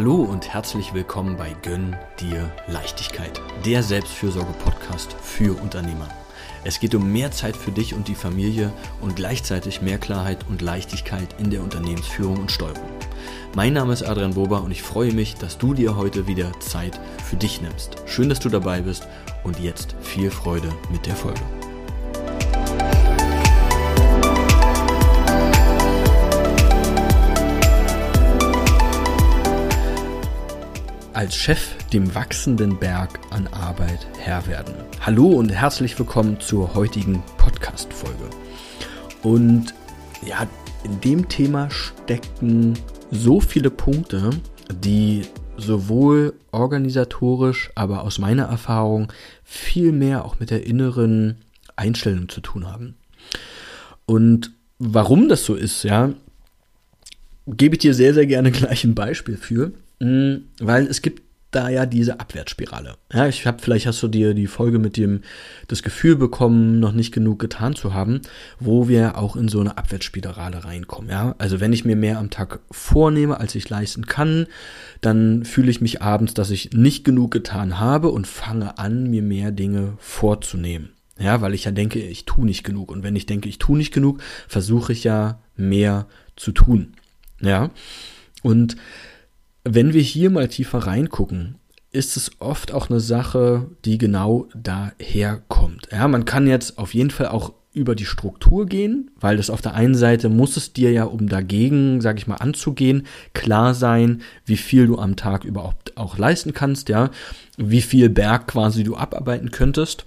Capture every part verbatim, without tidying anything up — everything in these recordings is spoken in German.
Hallo und herzlich willkommen bei Gönn dir Leichtigkeit, der Selbstfürsorge-Podcast für Unternehmer. Es geht um mehr Zeit für dich und die Familie und gleichzeitig mehr Klarheit und Leichtigkeit in der Unternehmensführung und Steuerung. Mein Name ist Adrian Bober und ich freue mich, dass du dir heute wieder Zeit für dich nimmst. Schön, dass du dabei bist und jetzt viel Freude mit der Folge. Als Chef dem wachsenden Berg an Arbeit Herr werden. Hallo und herzlich willkommen zur heutigen Podcast-Folge. Und ja, in dem Thema stecken so viele Punkte, die sowohl organisatorisch, aber aus meiner Erfahrung viel mehr auch mit der inneren Einstellung zu tun haben. Und warum das so ist, ja, gebe ich dir sehr, sehr gerne gleich ein Beispiel für. Weil es gibt da ja diese Abwärtsspirale. Ja, ich habe, vielleicht hast du dir die Folge mit dem das Gefühl bekommen, noch nicht genug getan zu haben, wo wir auch in so eine Abwärtsspirale reinkommen. Ja, also wenn ich mir mehr am Tag vornehme, als ich leisten kann, dann fühle ich mich abends, dass ich nicht genug getan habe und fange an, mir mehr Dinge vorzunehmen. Ja, weil ich ja denke, ich tue nicht genug. Und wenn ich denke, ich tue nicht genug, versuche ich ja mehr zu tun. Ja, und wenn wir hier mal tiefer reingucken, ist es oft auch eine Sache, die genau daher kommt. Ja, man kann jetzt auf jeden Fall auch über die Struktur gehen, weil das auf der einen Seite muss es dir ja, um dagegen, sage ich mal, anzugehen, klar sein, wie viel du am Tag überhaupt auch leisten kannst, ja, wie viel Berg quasi du abarbeiten könntest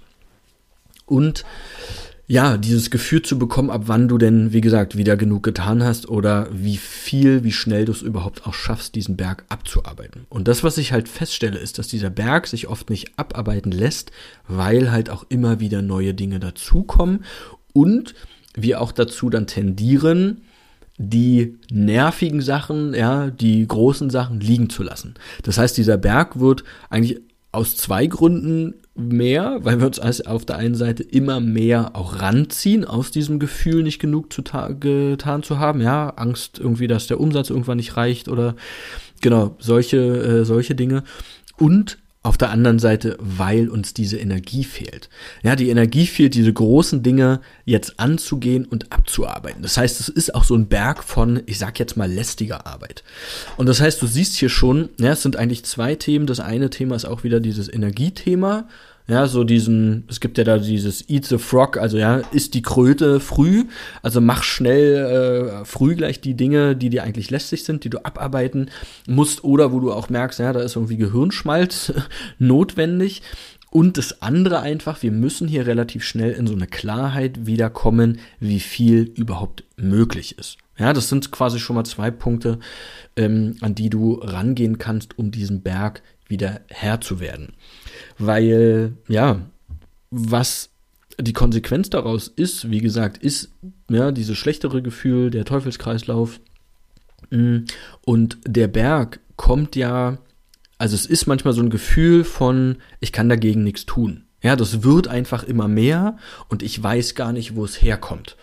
und ja, dieses Gefühl zu bekommen, ab wann du denn, wie gesagt, wieder genug getan hast oder wie viel, wie schnell du es überhaupt auch schaffst, diesen Berg abzuarbeiten. Und das, was ich halt feststelle, ist, dass dieser Berg sich oft nicht abarbeiten lässt, weil halt auch immer wieder neue Dinge dazukommen und wir auch dazu dann tendieren, die nervigen Sachen, ja, die großen Sachen liegen zu lassen. Das heißt, dieser Berg wird eigentlich aus zwei Gründen mehr, weil wir uns also auf der einen Seite immer mehr auch ranziehen, aus diesem Gefühl nicht genug zu ta- getan zu haben, ja, Angst irgendwie, dass der Umsatz irgendwann nicht reicht oder genau, solche, äh, solche Dinge und auf der anderen Seite, weil uns diese Energie fehlt. Ja, die Energie fehlt, diese großen Dinge jetzt anzugehen und abzuarbeiten. Das heißt, es ist auch so ein Berg von, ich sag jetzt mal, lästiger Arbeit. Und das heißt, du siehst hier schon, ja, es sind eigentlich zwei Themen. Das eine Thema ist auch wieder dieses Energiethema. Ja, so diesen, es gibt ja da dieses Eat the Frog, also ja, isst die Kröte früh, also mach schnell äh, früh gleich die Dinge, die dir eigentlich lästig sind, die du abarbeiten musst oder wo du auch merkst, ja, da ist irgendwie Gehirnschmalz notwendig. Und das andere einfach, wir müssen hier relativ schnell in so eine Klarheit wiederkommen, wie viel überhaupt möglich ist. Ja, das sind quasi schon mal zwei Punkte, ähm, an die du rangehen kannst, um diesen Berg wieder Herr zu werden. Weil, ja, was die Konsequenz daraus ist, wie gesagt, ist ja dieses schlechtere Gefühl, der Teufelskreislauf. Und der Berg kommt ja, also es ist manchmal so ein Gefühl von, ich kann dagegen nichts tun. Ja, das wird einfach immer mehr und ich weiß gar nicht, wo es herkommt.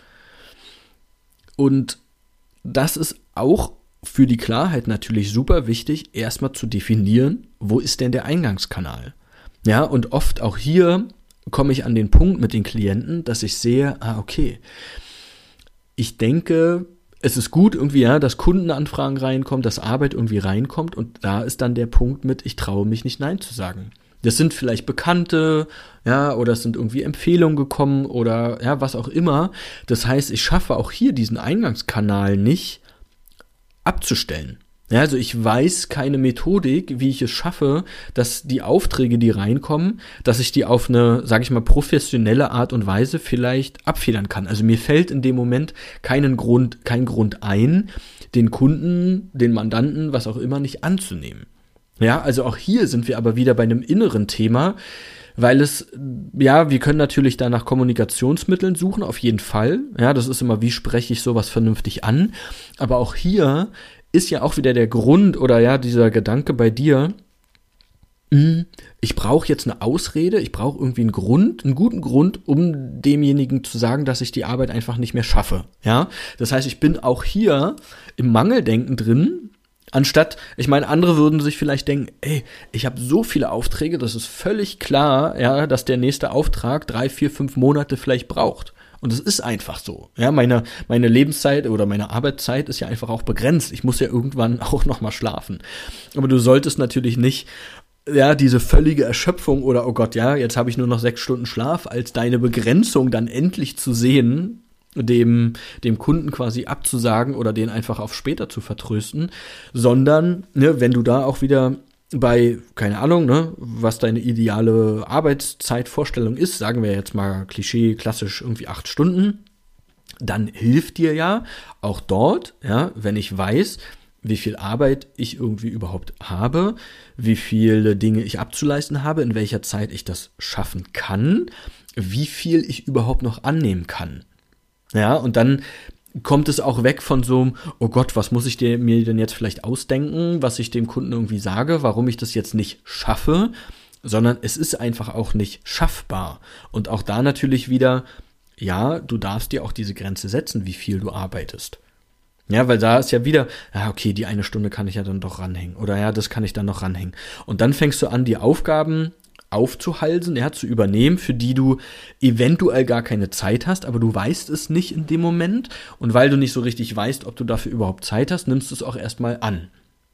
Und das ist auch für die Klarheit natürlich super wichtig, erstmal zu definieren, wo ist denn der Eingangskanal? Ja, und oft auch hier komme ich an den Punkt mit den Klienten, dass ich sehe, ah, okay, ich denke, es ist gut irgendwie, ja, dass Kundenanfragen reinkommen, dass Arbeit irgendwie reinkommt und da ist dann der Punkt mit, ich traue mich nicht Nein zu sagen. Das sind vielleicht Bekannte, ja, oder es sind irgendwie Empfehlungen gekommen oder ja, was auch immer. Das heißt, ich schaffe auch hier diesen Eingangskanal nicht abzustellen. Ja, also ich weiß keine Methodik, wie ich es schaffe, dass die Aufträge, die reinkommen, dass ich die auf eine, sage ich mal, professionelle Art und Weise vielleicht abfedern kann. Also mir fällt in dem Moment keinen Grund, kein Grund ein, den Kunden, den Mandanten, was auch immer, nicht anzunehmen. Ja, also auch hier sind wir aber wieder bei einem inneren Thema, weil es, ja, wir können natürlich da nach Kommunikationsmitteln suchen, auf jeden Fall. Ja, das ist immer, wie spreche ich sowas vernünftig an. Aber auch hier ist ja auch wieder der Grund oder ja, dieser Gedanke bei dir, ich brauche jetzt eine Ausrede, ich brauche irgendwie einen Grund, einen guten Grund, um demjenigen zu sagen, dass ich die Arbeit einfach nicht mehr schaffe. Ja, das heißt, ich bin auch hier im Mangeldenken drin, Anstatt, ich meine, andere würden sich vielleicht denken, ey, ich habe so viele Aufträge, das ist völlig klar, ja, dass der nächste Auftrag drei, vier, fünf Monate vielleicht braucht. Und es ist einfach so. Ja, meine, meine Lebenszeit oder meine Arbeitszeit ist ja einfach auch begrenzt. Ich muss ja irgendwann auch nochmal schlafen. Aber du solltest natürlich nicht, ja, diese völlige Erschöpfung oder, oh Gott, ja, jetzt habe ich nur noch sechs Stunden Schlaf, als deine Begrenzung dann endlich zu sehen, dem, dem Kunden quasi abzusagen oder den einfach auf später zu vertrösten, sondern, ne, wenn du da auch wieder bei, keine Ahnung, ne, was deine ideale Arbeitszeitvorstellung ist, sagen wir jetzt mal Klischee, klassisch irgendwie acht Stunden, dann hilft dir ja auch dort, ja, wenn ich weiß, wie viel Arbeit ich irgendwie überhaupt habe, wie viele Dinge ich abzuleisten habe, in welcher Zeit ich das schaffen kann, wie viel ich überhaupt noch annehmen kann. Ja, und dann kommt es auch weg von so einem, oh Gott, was muss ich dir, mir denn jetzt vielleicht ausdenken, was ich dem Kunden irgendwie sage, warum ich das jetzt nicht schaffe, sondern es ist einfach auch nicht schaffbar. Und auch da natürlich wieder, ja, du darfst dir auch diese Grenze setzen, wie viel du arbeitest. Ja, weil da ist ja wieder, ja, okay, die eine Stunde kann ich ja dann doch ranhängen. Oder ja, das kann ich dann noch ranhängen. Und dann fängst du an, die Aufgaben aufzuhalsen, ja, zu übernehmen, für die du eventuell gar keine Zeit hast, aber du weißt es nicht in dem Moment. Und weil du nicht so richtig weißt, ob du dafür überhaupt Zeit hast, nimmst du es auch erstmal an.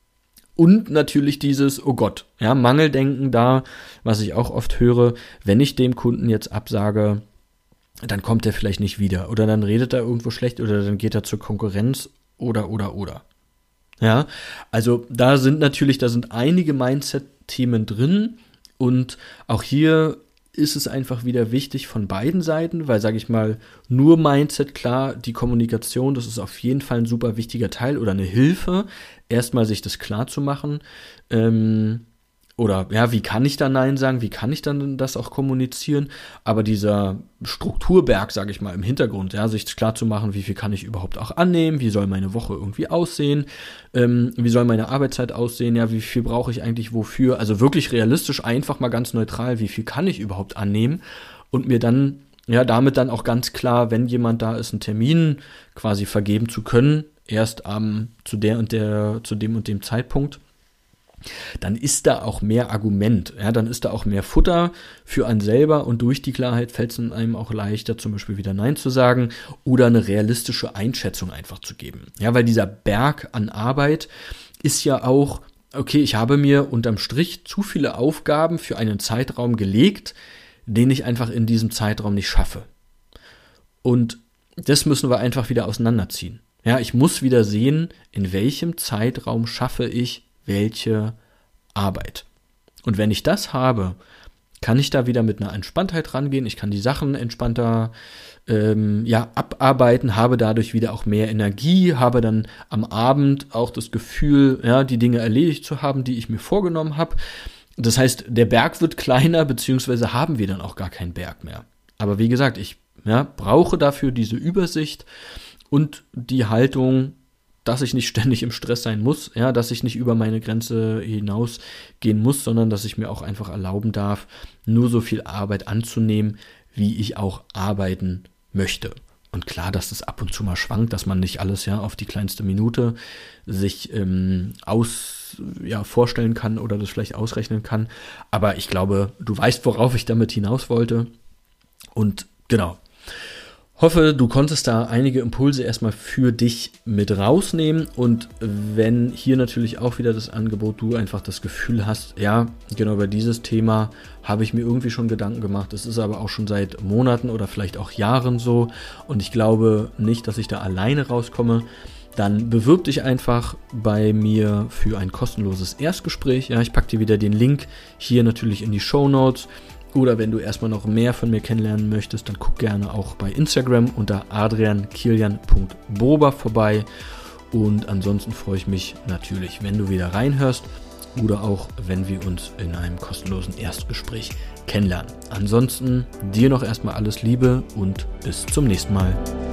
Und natürlich dieses, oh Gott, ja, Mangeldenken da, was ich auch oft höre, wenn ich dem Kunden jetzt absage, dann kommt er vielleicht nicht wieder. Oder dann redet er irgendwo schlecht oder dann geht er zur Konkurrenz oder, oder, oder. Ja, also da sind natürlich, da sind einige Mindset-Themen drin. Und auch hier ist es einfach wieder wichtig von beiden Seiten, weil, sage ich mal, nur Mindset, klar, die Kommunikation, das ist auf jeden Fall ein super wichtiger Teil oder eine Hilfe, erstmal sich das klar zu machen. Ähm, oder ja, wie kann ich da Nein sagen, wie kann ich dann das auch kommunizieren? Aber dieser Strukturberg, sage ich mal, im Hintergrund, ja, sich klar zu machen, wie viel kann ich überhaupt auch annehmen, wie soll meine Woche irgendwie aussehen, ähm, wie soll meine Arbeitszeit aussehen, ja, wie viel brauche ich eigentlich wofür? Also wirklich realistisch, einfach mal ganz neutral, wie viel kann ich überhaupt annehmen? Und mir dann, ja, damit dann auch ganz klar, wenn jemand da ist, einen Termin quasi vergeben zu können, erst am, zu der und der, zu dem und dem Zeitpunkt. Dann ist da auch mehr Argument, ja, dann ist da auch mehr Futter für einen selber und durch die Klarheit fällt es einem auch leichter, zum Beispiel wieder Nein zu sagen oder eine realistische Einschätzung einfach zu geben. Ja, weil dieser Berg an Arbeit ist ja auch, okay, ich habe mir unterm Strich zu viele Aufgaben für einen Zeitraum gelegt, den ich einfach in diesem Zeitraum nicht schaffe. Und das müssen wir einfach wieder auseinanderziehen. Ja, ich muss wieder sehen, in welchem Zeitraum schaffe ich welche Arbeit. Und wenn ich das habe, kann ich da wieder mit einer Entspanntheit rangehen, ich kann die Sachen entspannter ähm, ja, abarbeiten, habe dadurch wieder auch mehr Energie, habe dann am Abend auch das Gefühl, ja, die Dinge erledigt zu haben, die ich mir vorgenommen habe. Das heißt, der Berg wird kleiner, beziehungsweise haben wir dann auch gar keinen Berg mehr. Aber wie gesagt, ich ja, brauche dafür diese Übersicht und die Haltung, dass ich nicht ständig im Stress sein muss, ja, dass ich nicht über meine Grenze hinausgehen muss, sondern dass ich mir auch einfach erlauben darf, nur so viel Arbeit anzunehmen, wie ich auch arbeiten möchte. Und klar, dass das ab und zu mal schwankt, dass man nicht alles ja auf die kleinste Minute sich ähm, aus, ja, vorstellen kann oder das vielleicht ausrechnen kann. Aber ich glaube, du weißt, worauf ich damit hinaus wollte. Und genau. Hoffe, du konntest da einige Impulse erstmal für dich mit rausnehmen und wenn hier natürlich auch wieder das Angebot, du einfach das Gefühl hast, ja, genau über dieses Thema habe ich mir irgendwie schon Gedanken gemacht, es ist aber auch schon seit Monaten oder vielleicht auch Jahren so und ich glaube nicht, dass ich da alleine rauskomme, dann bewirb dich einfach bei mir für ein kostenloses Erstgespräch. Ja, ich packe dir wieder den Link hier natürlich in die Shownotes. Oder wenn du erstmal noch mehr von mir kennenlernen möchtest, dann guck gerne auch bei Instagram unter adrian kilian punkt bober vorbei. Und ansonsten freue ich mich natürlich, wenn du wieder reinhörst oder auch, wenn wir uns in einem kostenlosen Erstgespräch kennenlernen. Ansonsten dir noch erstmal alles Liebe und bis zum nächsten Mal.